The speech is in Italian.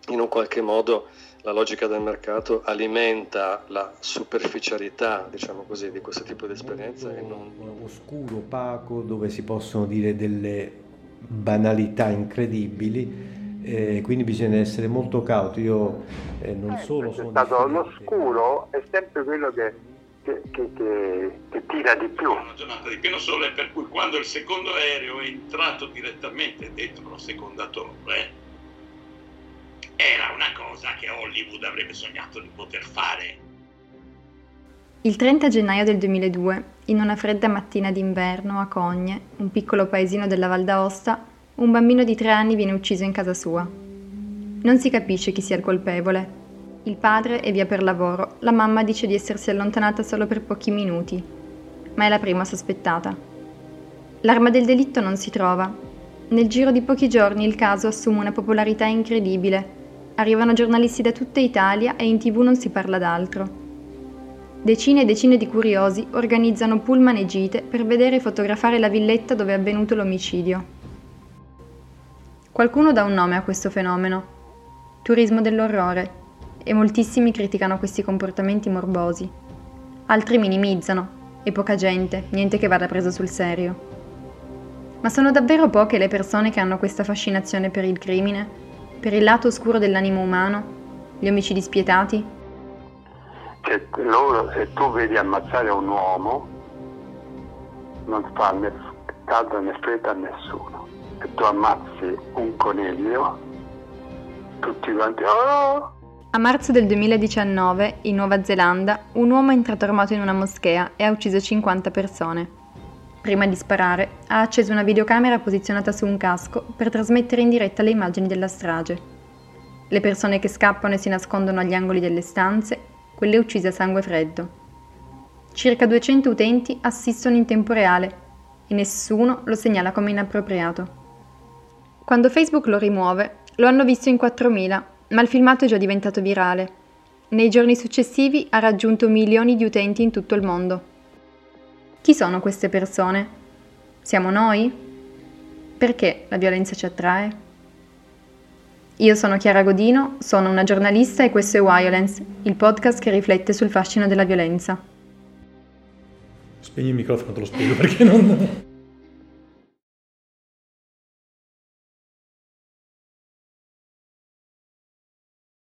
in un qualche modo la logica del mercato alimenta la superficialità, diciamo così, di questo tipo di esperienza. E non... oscuro, opaco, dove si possono dire delle banalità incredibili, quindi bisogna essere molto cauti. Io non solo C'è sono stato diffidente. l'oscuro, è sempre quello che tira di più. Una giornata di pieno sole, per cui quando il secondo aereo è entrato direttamente dentro la seconda torre, era una cosa che Hollywood avrebbe sognato di poter fare. Il 30 gennaio del 2002, in una fredda mattina d'inverno a Cogne, un piccolo paesino della Val d'Aosta, un bambino di 3 anni viene ucciso in casa sua. Non si capisce chi sia il colpevole. Il padre è via per lavoro, la mamma dice di essersi allontanata solo per pochi minuti, ma è la prima sospettata. L'arma del delitto non si trova. Nel giro di pochi giorni il caso assume una popolarità incredibile. Arrivano giornalisti da tutta Italia e in TV non si parla d'altro. Decine e decine di curiosi organizzano pullman e gite per vedere e fotografare la villetta dove è avvenuto l'omicidio. Qualcuno dà un nome a questo fenomeno: turismo dell'orrore, e moltissimi criticano questi comportamenti morbosi. Altri minimizzano, e poca gente, niente che vada preso sul serio. Ma sono davvero poche le persone che hanno questa fascinazione per il crimine? Per il lato oscuro dell'animo umano? Gli omicidi spietati? Cioè, loro, se tu vedi ammazzare un uomo, non fa né caldo né freddo a nessuno. Se tu ammazzi un coniglio, tutti quanti... Oh! A marzo del 2019, in Nuova Zelanda, un uomo è entrato armato in una moschea e ha ucciso 50 persone. Prima di sparare, ha acceso una videocamera posizionata su un casco per trasmettere in diretta le immagini della strage. Le persone che scappano e si nascondono agli angoli delle stanze, quelle uccise a sangue freddo. Circa 200 utenti assistono in tempo reale e nessuno lo segnala come inappropriato. Quando Facebook lo rimuove, lo hanno visto in 4.000, ma il filmato è già diventato virale. Nei giorni successivi ha raggiunto milioni di utenti in tutto il mondo. Chi sono queste persone? Siamo noi? Perché la violenza ci attrae? Io sono Chiara Godino, sono una giornalista e questo è Violence, il podcast che riflette sul fascino della violenza. Spegni il microfono, te lo spiego perché non...